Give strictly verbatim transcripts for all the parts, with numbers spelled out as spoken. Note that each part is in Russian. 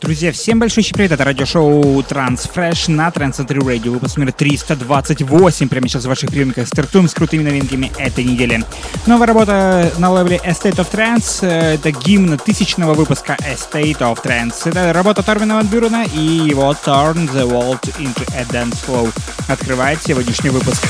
Друзья, всем большой привет, это радиошоу Transfresh на Trans-Century Radio, выпуск номер триста двадцать восемь, прямо сейчас в ваших приемниках стартуем с крутыми новинками этой недели. Новая работа на лейбле Estate of Trance, это гимн тысячного выпуска Estate of Trance. Это работа Тормина ван Бюрена и его Turn the World into a Dance Flow открывает сегодняшний выпуск.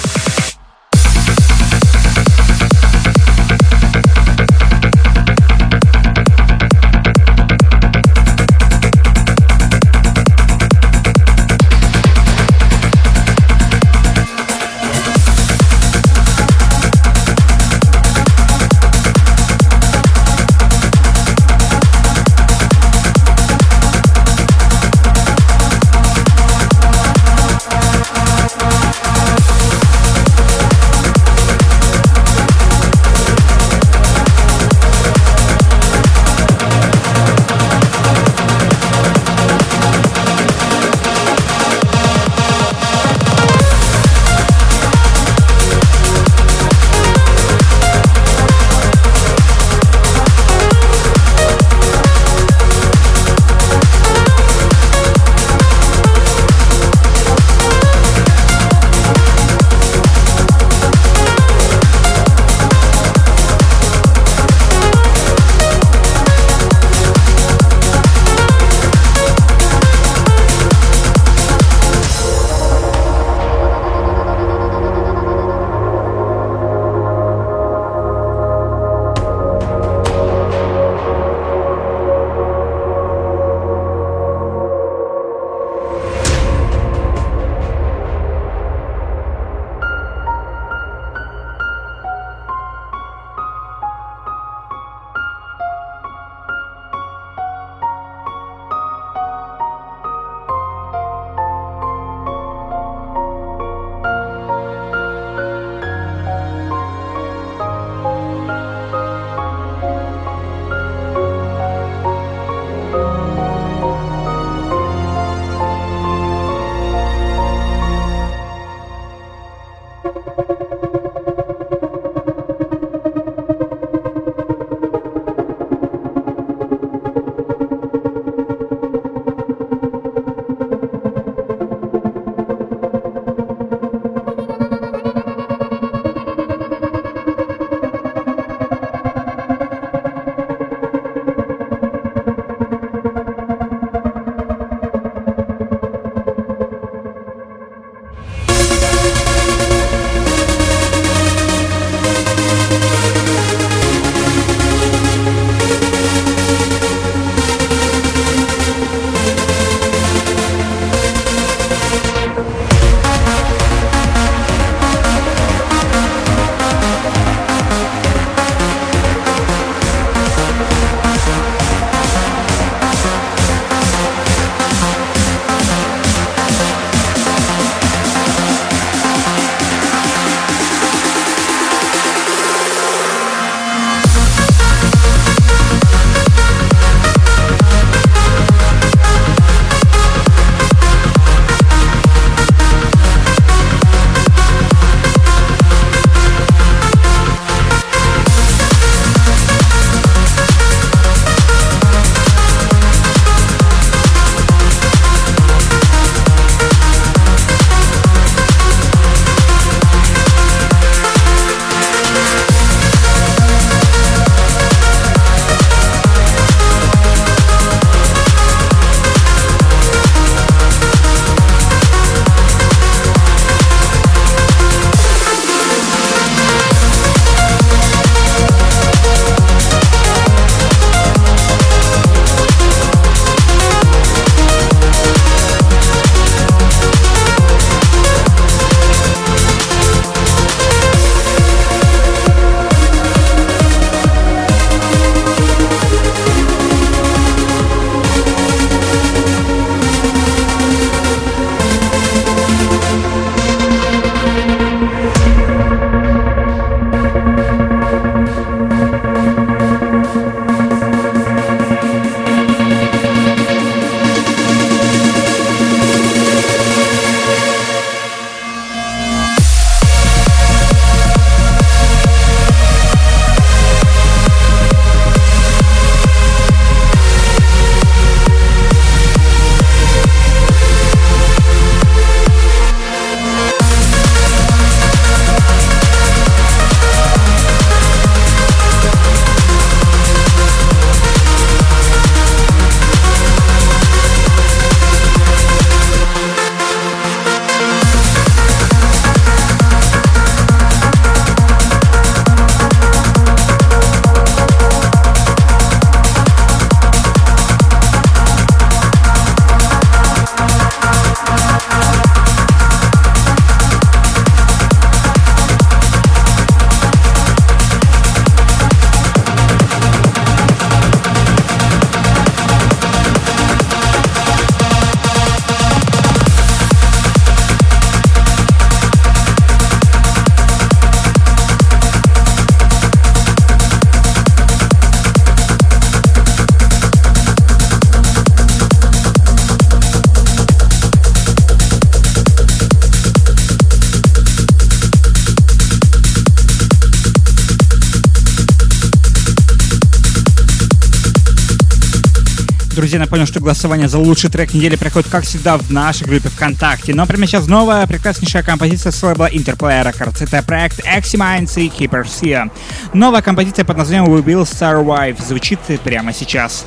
друзья, напомню, что голосование за лучший трек недели проходит, как всегда, в нашей группе ВКонтакте. Но прямо сейчас новая прекраснейшая композиция с лейбла Interplay Records. Это проект X-Minds и Keeper Sia. Новая композиция под названием We Will Survive звучит прямо сейчас.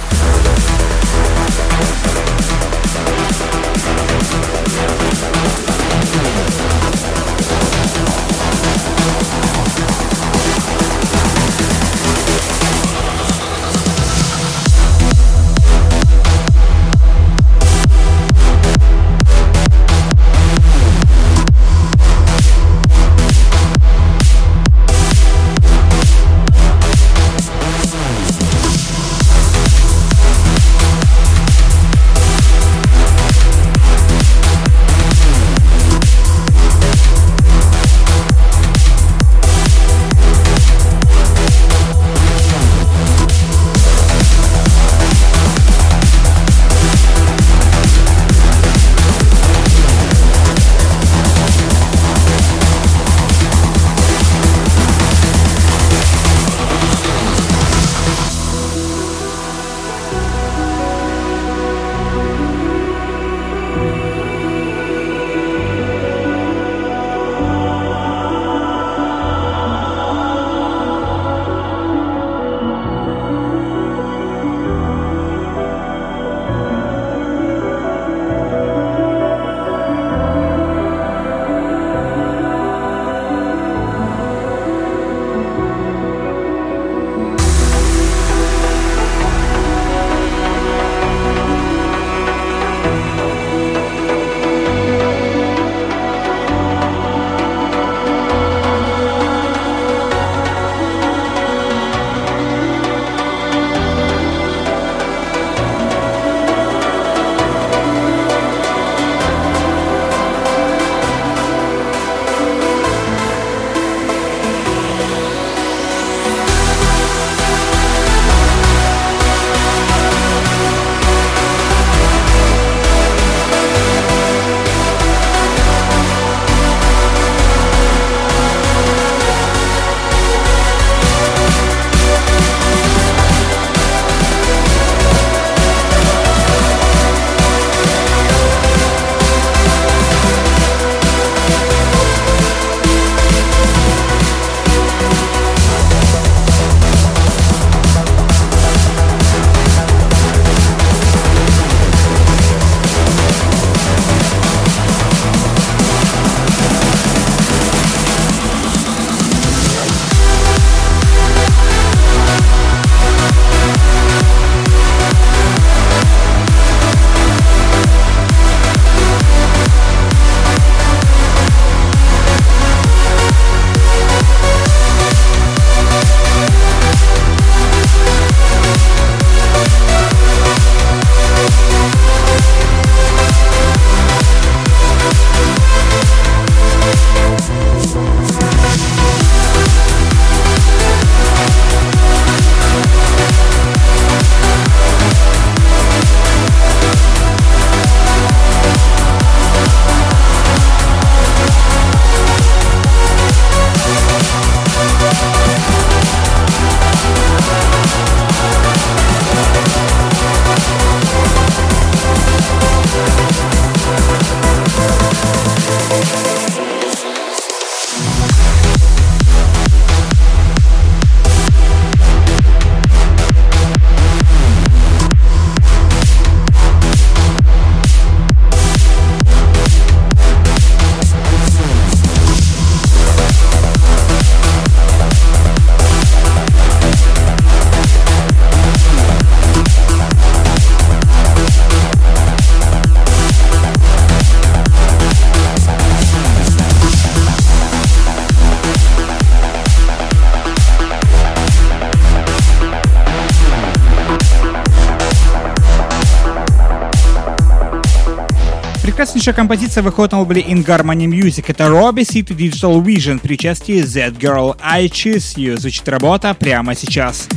Прекраснейшая композиция выходит на лейбле In Harmony Music. Это Robbie City Digital Vision при участии Z-Girl I Choose You. Звучит работа прямо сейчас.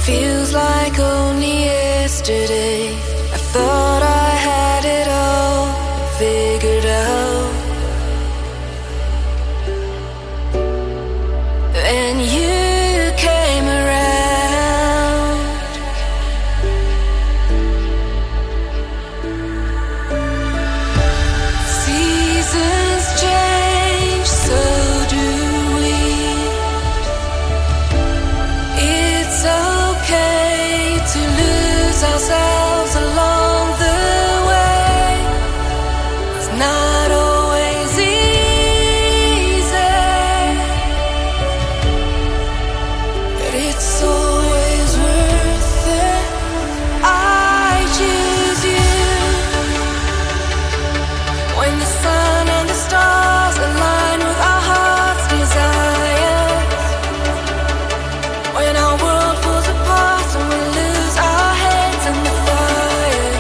Feels like only yesterday I thought I had it all figured out. Then you came around. Seasons change, so do we. It's okay to lose ourselves along the way. It's not always easy, but it's always worth it. I choose you. When the sun and the stars align with our heart's desires, when our world falls apart and we lose our heads in the fire,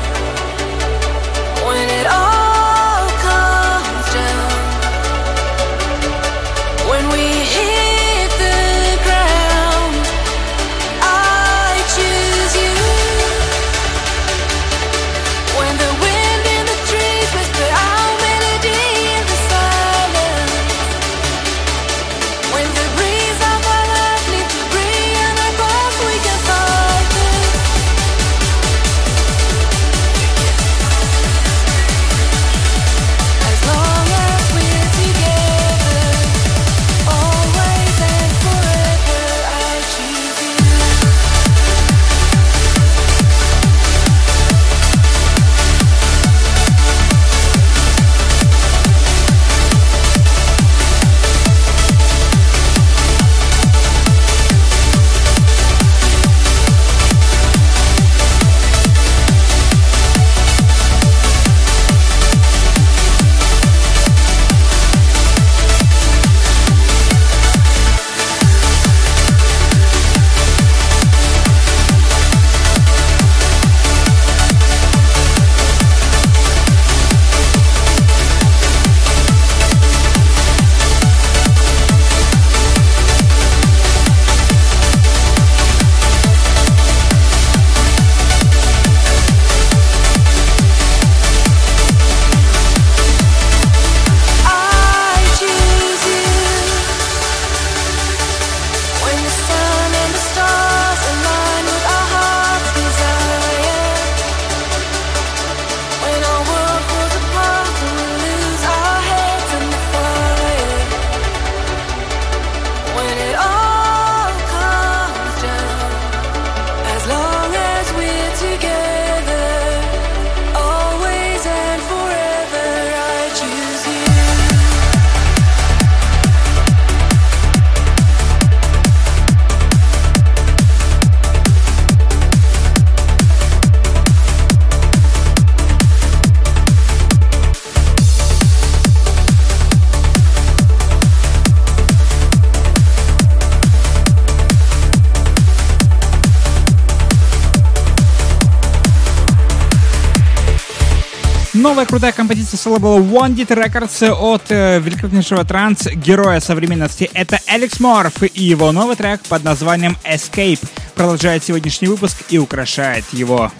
when it all comes down, when we hit the ground, I choose you. When the wind in the trees whisper our melody in the silence, when the breeze of our love leaves debris on our path, we can fight this. As long as we're together, always and forever, I choose you. I choose you. When the sun and the stars align with our heart's desire, when our world falls apart and we lose our heads in the fire, when it all comes down, as long as we're together, always and forever, I choose you. Новая крутая композиция с лейбла One Dit Records от э, великолепнейшего транс-героя современности. Это Алекс Морф и его новый трек под названием Escape продолжает сегодняшний выпуск и украшает его.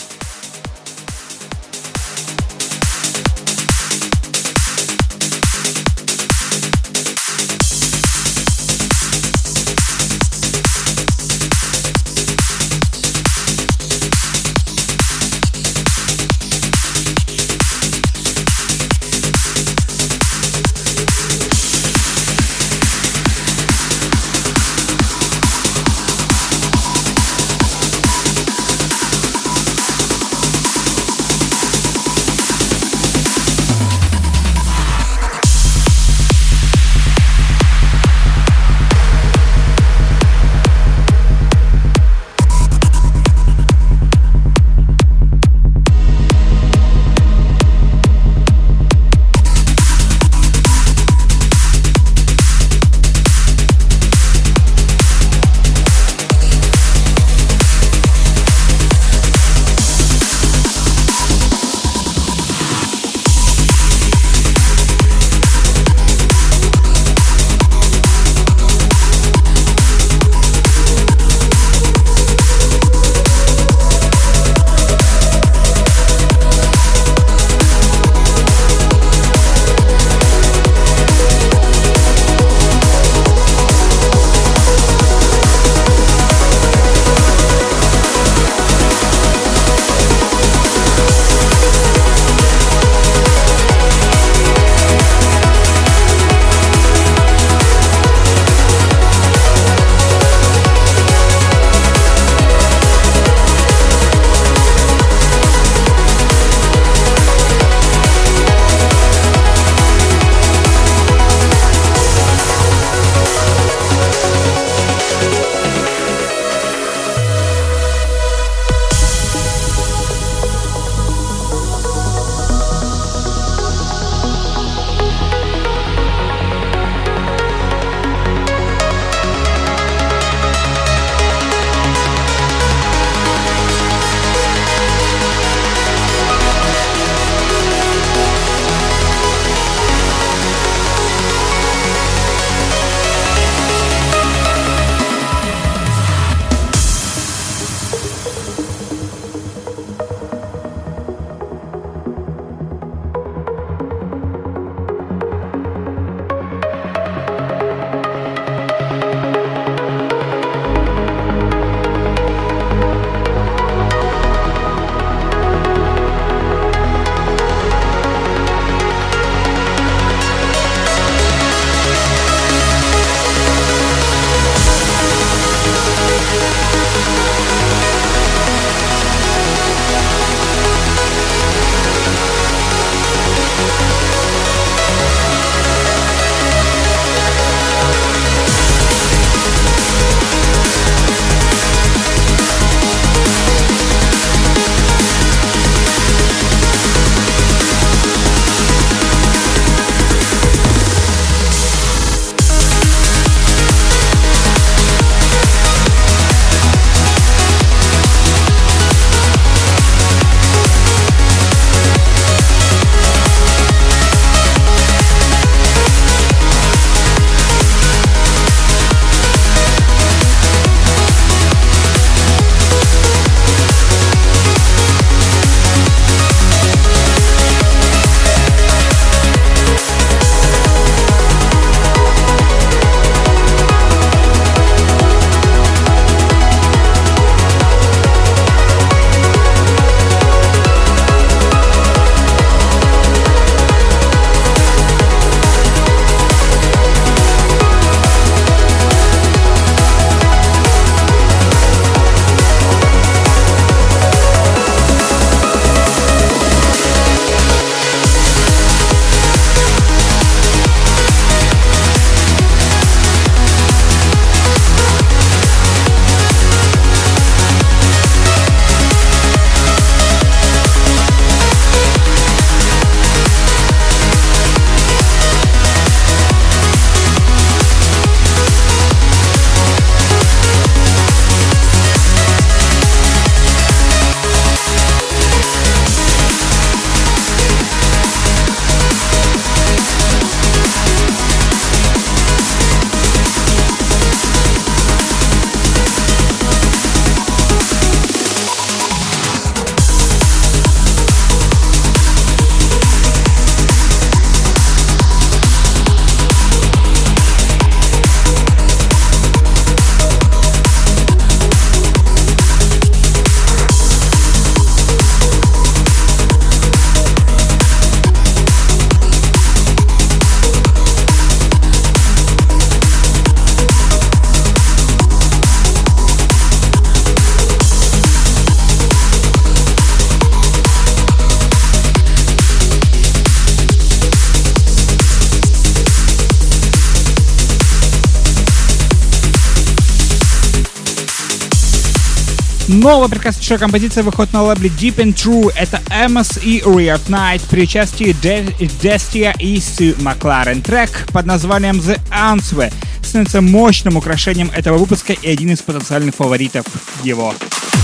Новая прекраснейшая композиция выходит на лейбле Deep and True. Это Эмос и Riot Knight при участии Destia и Sue McLaren. Трек под названием The Answer становится мощным украшением этого выпуска и один из потенциальных фаворитов его.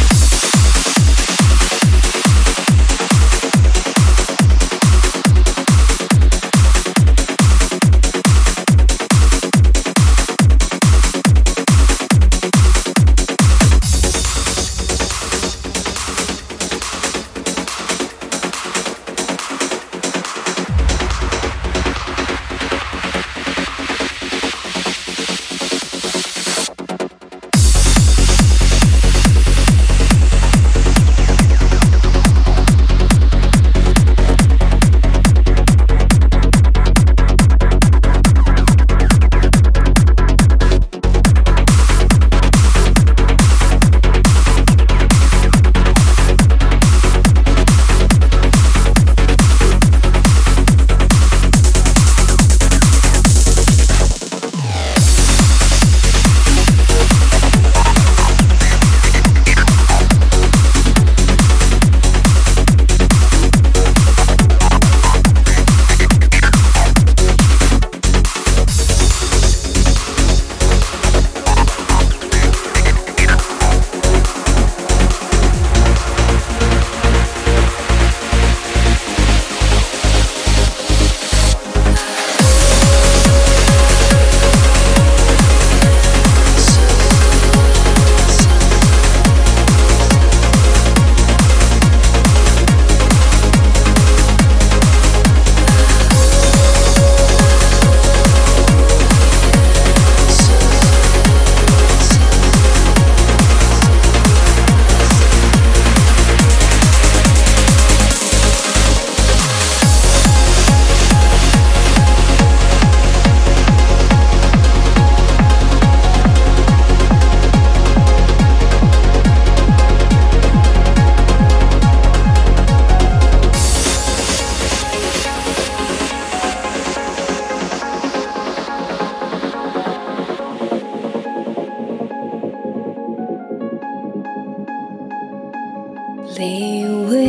Lay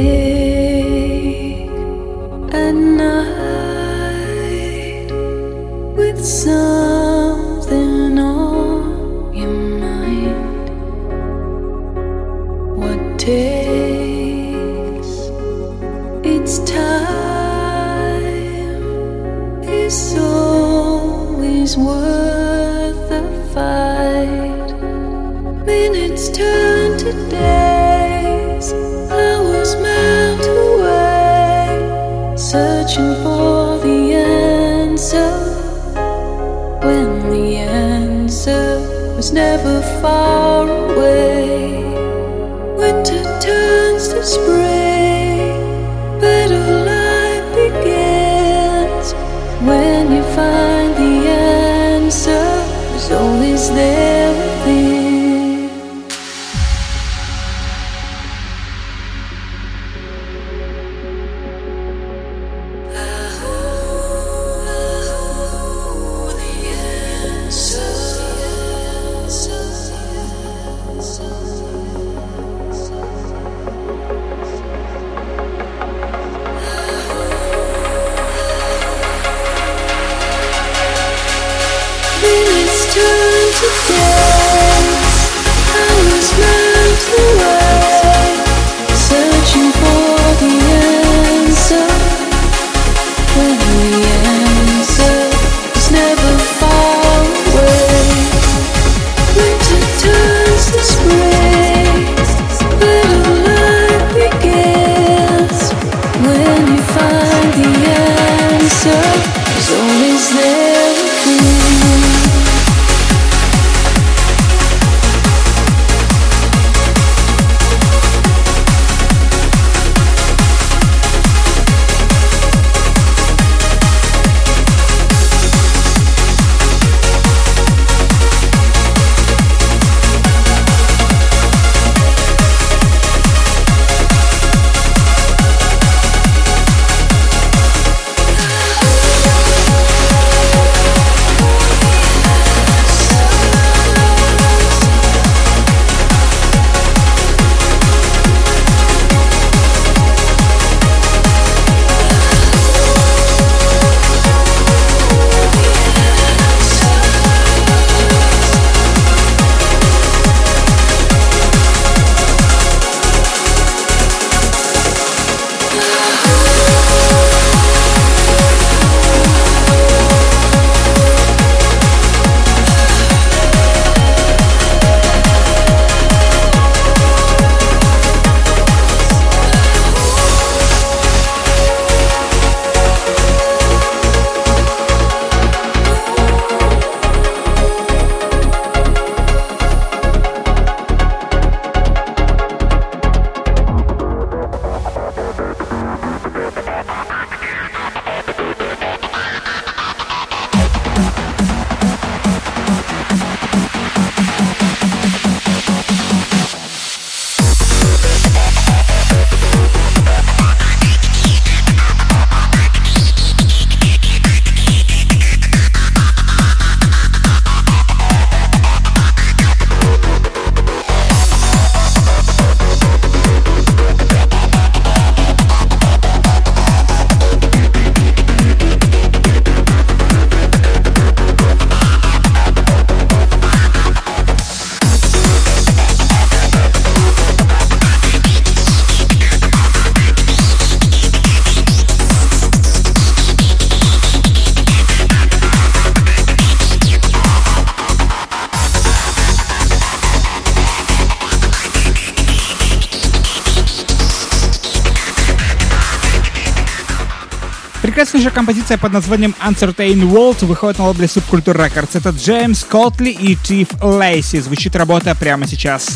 awake at night with something on your mind. What takes its time is always worth the fight. Minutes turn to days, hours melt away, searching for the answer when the answer was never far away. Winter turns to spring, better life begins when you find the answer is always there within. So Прекраснейшая композиция под названием Uncertain World выходит на лейбле Subculture Records. Это Джеймс Котли и Тиф Лейси. Звучит работа прямо сейчас.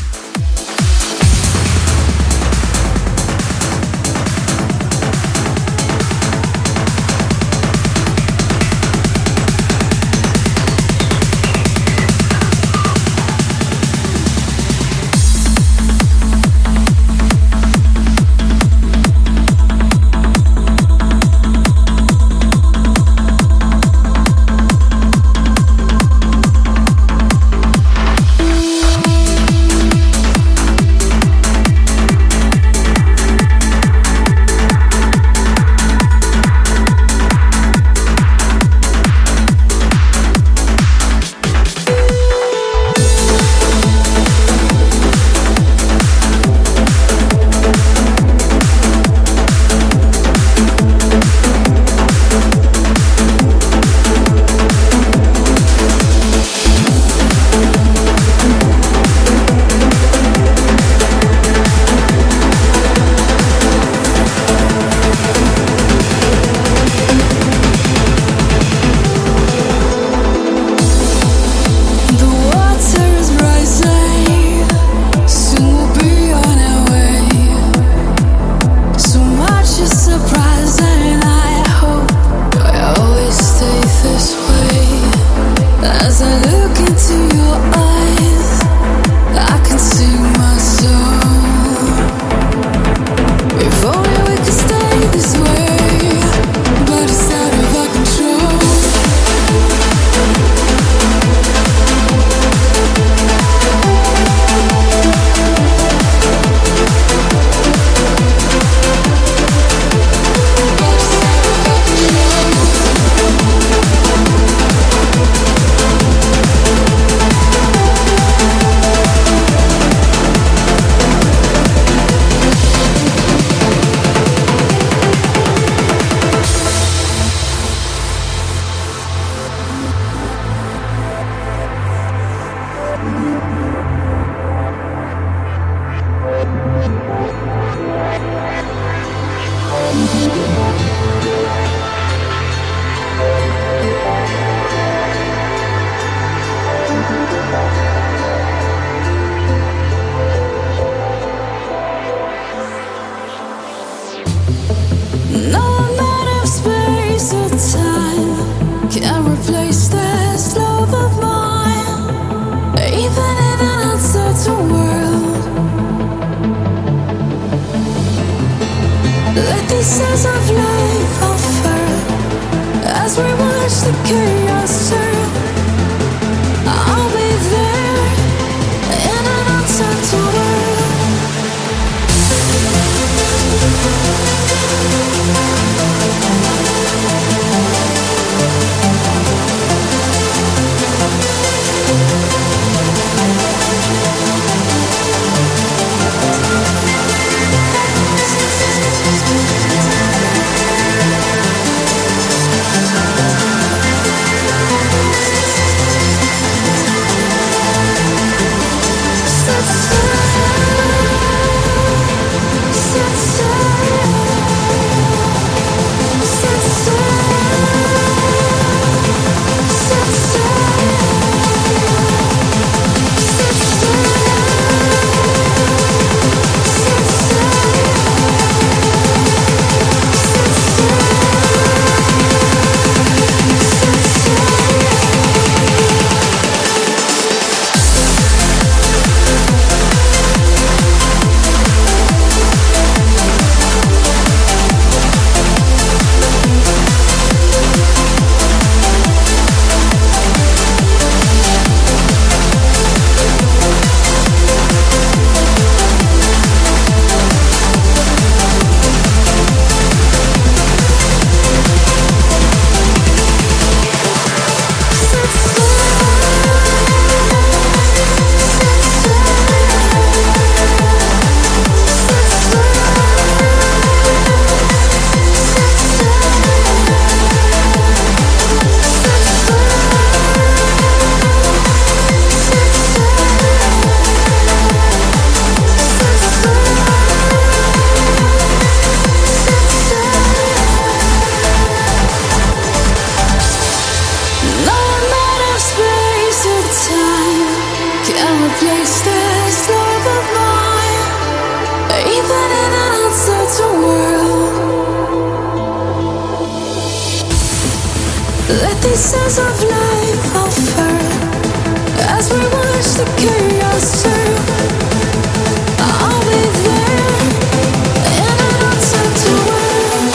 Let these sands of life fall firm as we watch the chaos turn. I'll be there in an uncertain world.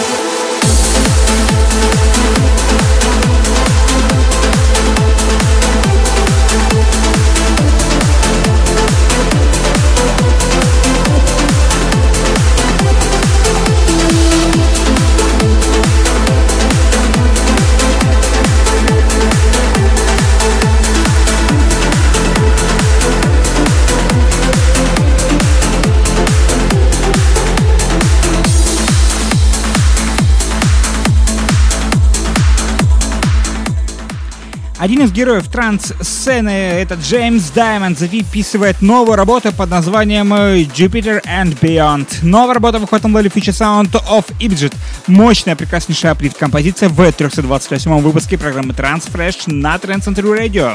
Один из героев транс-сцены, этот Джеймс Даймонд, записывает новую работу под названием Jupiter and Beyond. Новая работа выходит на лейбле Future Sound of Ibjit. Мощная, прекраснейшая апдейт-композиция в триста двадцать восьмом выпуске программы Transfresh на Trance Century Radio.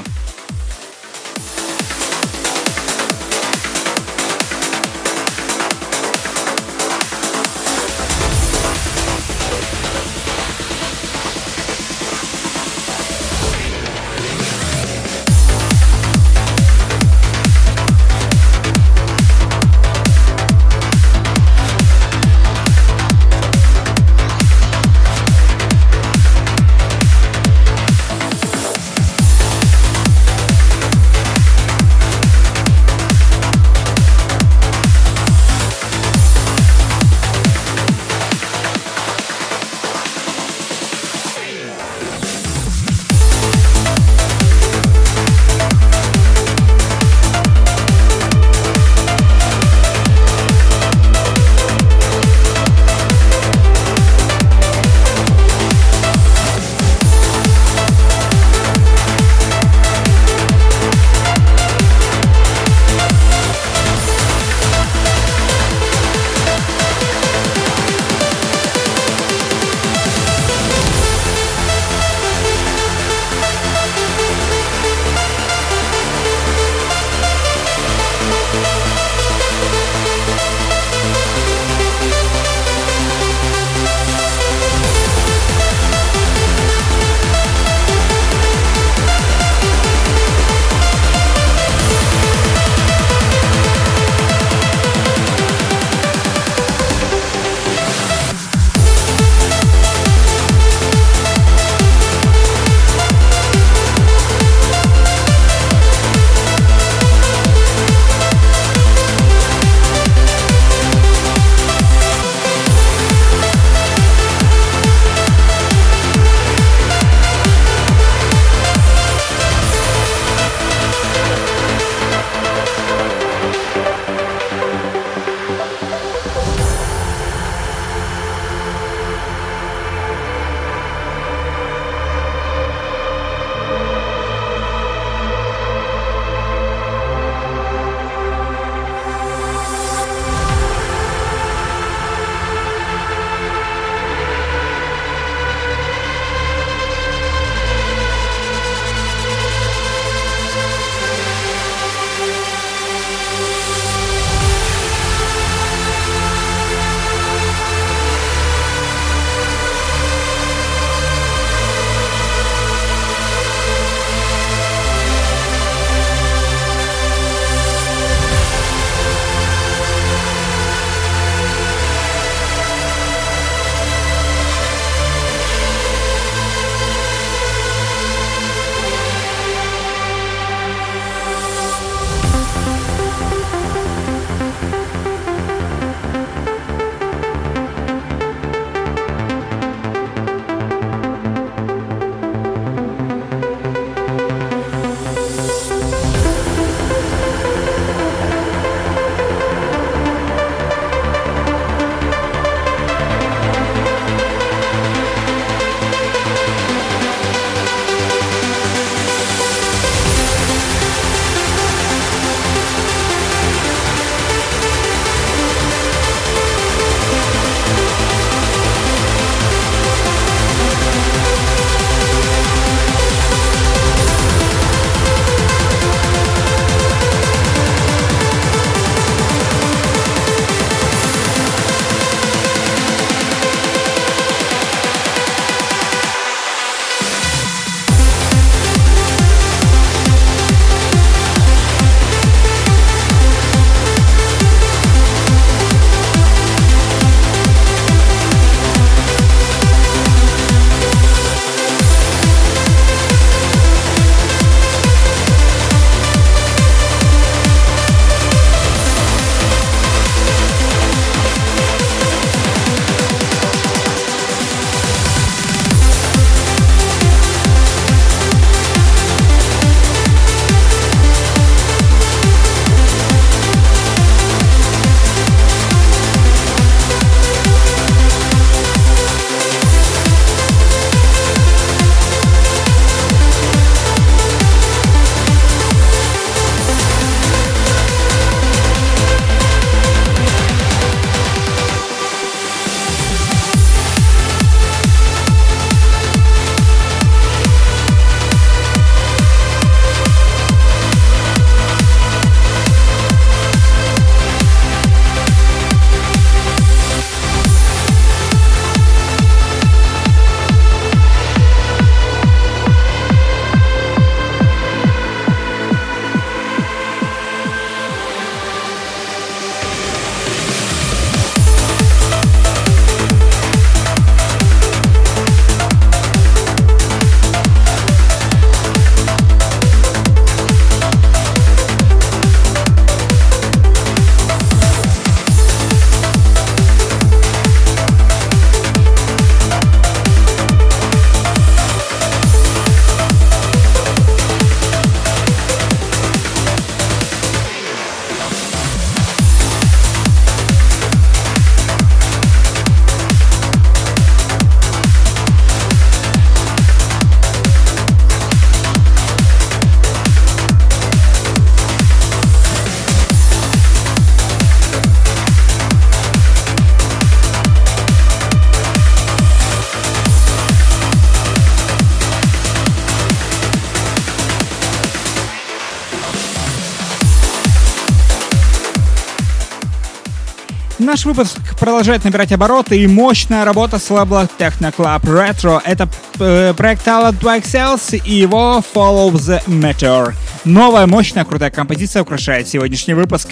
Наш выпуск продолжает набирать обороты, и мощная работа с лейбла Techno Club Retro. Это э, проект Talent to Excels и его Follow the Meteor. Новая, мощная, крутая композиция украшает сегодняшний выпуск.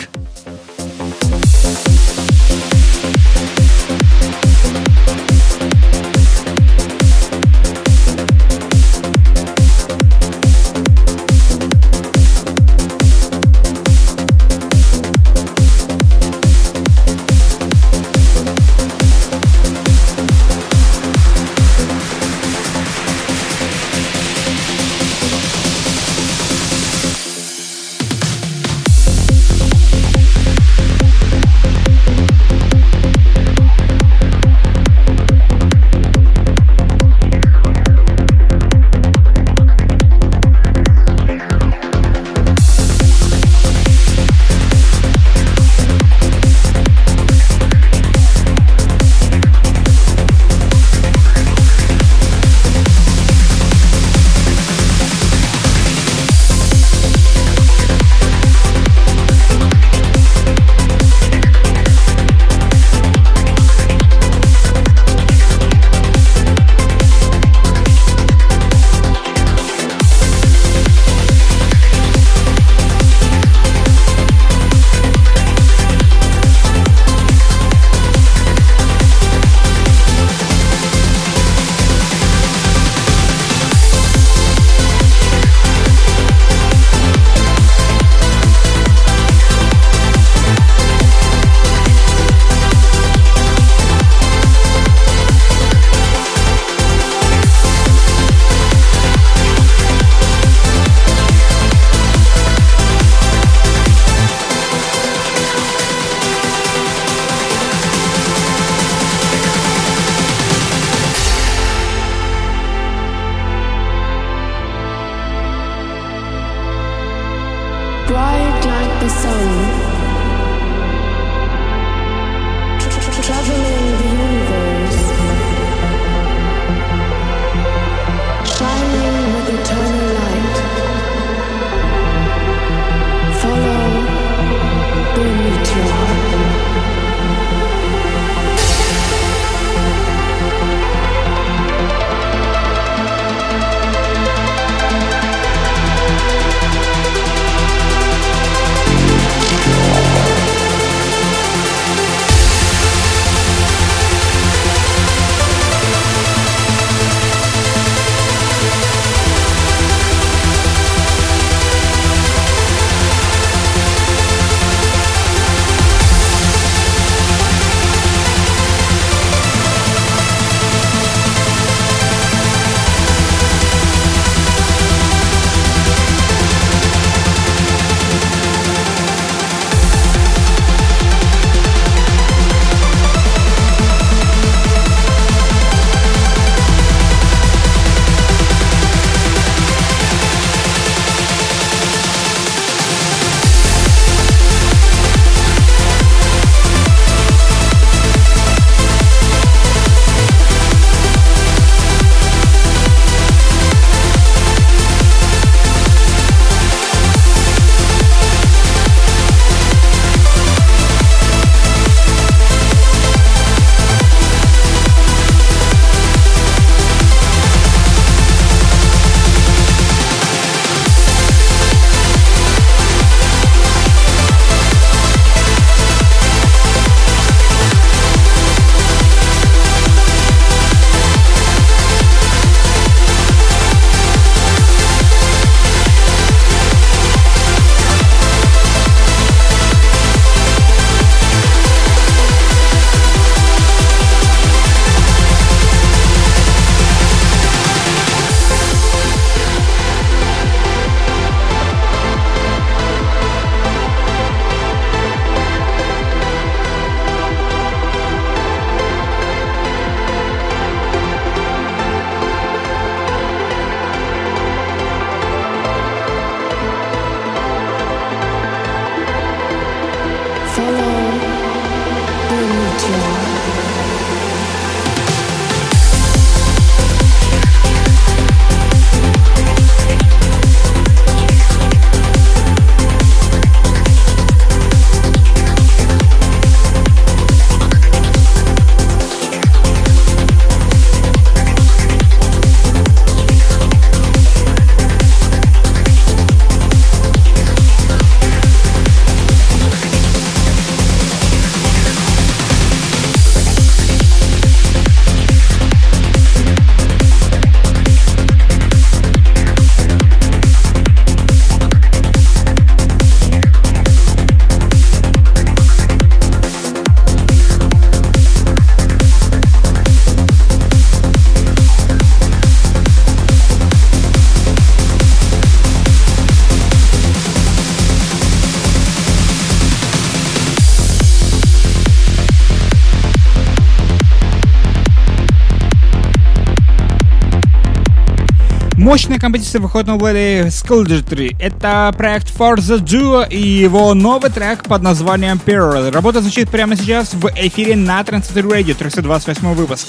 Мощная композиция выходит на лейбле Skullduggery. Это проект For The Duo и его новый трек под названием Pearl. Работа звучит прямо сейчас в эфире на Trance Century Radio, триста двадцать восьмой выпуск.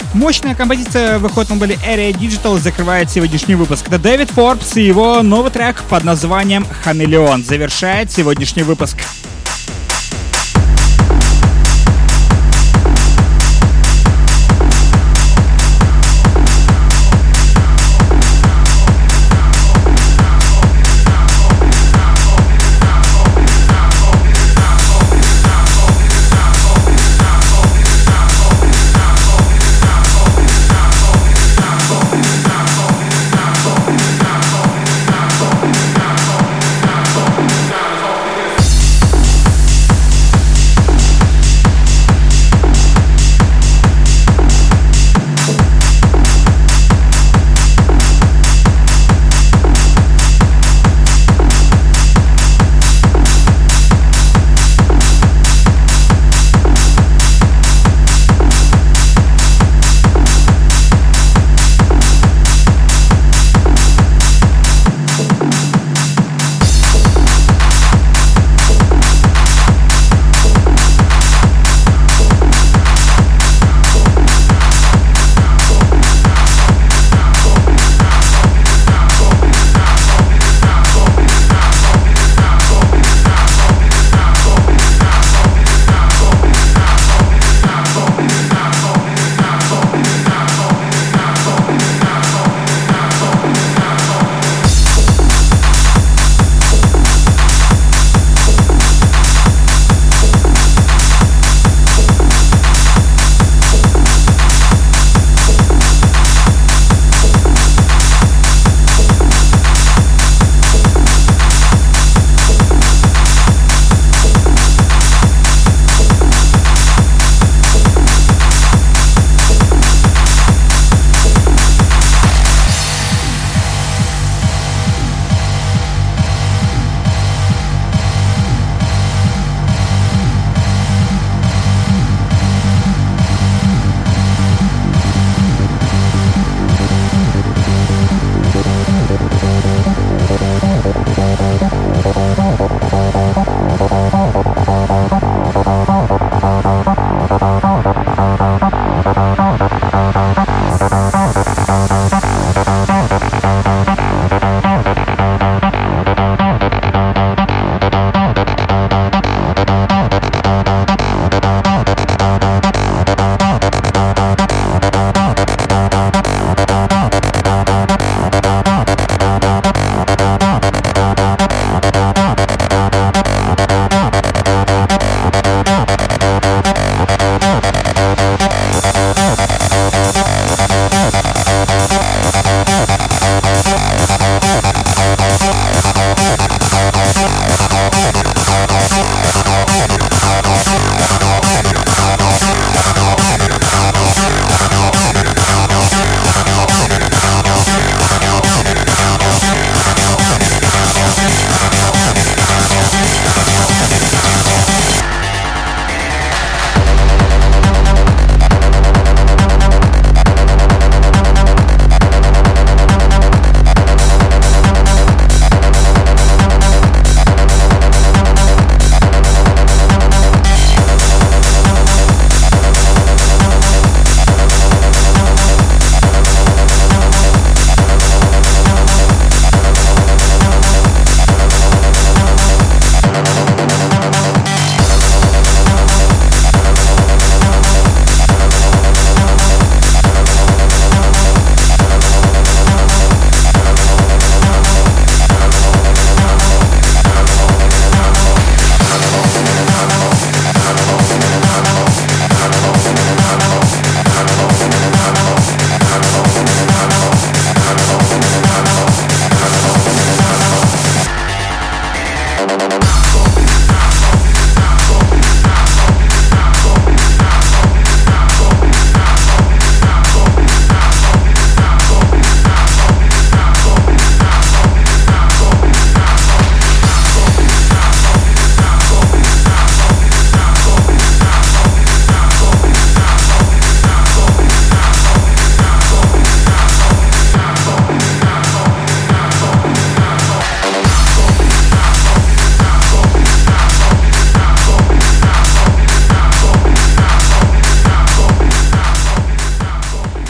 Мощная композиция выходит на лейбле Area Digital закрывает сегодняшний выпуск. Это Дэвид Форбс и его новый трек под названием «Хамелеон» завершает сегодняшний выпуск.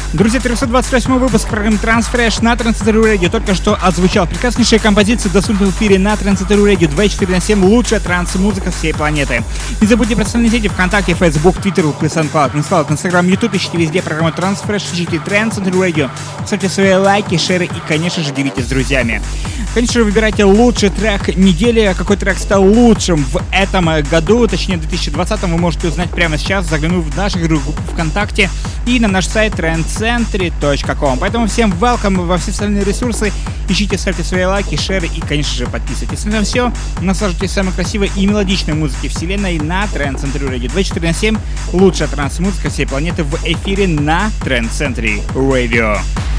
Друзья, триста двадцать восьмой выпуск программы Transfresh на Трансцентру Radio только что отзвучал. Прекраснейшая композиция доступна в эфире на Трансцентру Radio двадцать четыре на семь. Лучшая транс-музыка всей планеты. Не забудьте про социальные сети ВКонтакте, Facebook, Twitter, SoundCloud, SoundCloud, Instagram, YouTube. Ищите везде программу Transfresh, ищите Трансцентру Radio. Ставьте свои лайки, шеры и, конечно же, делитесь с друзьями. Конечно же, выбирайте лучший трек недели. Какой трек стал лучшим в этом году, точнее в две тысячи двадцатом, вы можете узнать прямо сейчас, заглянув в нашу группу ВКонтакте и на наш сайт трендцентри точка ком. Поэтому всем welcome во все социальные ресурсы. Ищите, ставьте свои лайки, шеры и, конечно же, подписывайтесь. На этом все. Наслаждайтесь самой красивой и мелодичной музыкой вселенной на Трендцентре Radio двадцать четыре на семь. Лучшая транс-музыка всей планеты в эфире на Трендцентре Radio.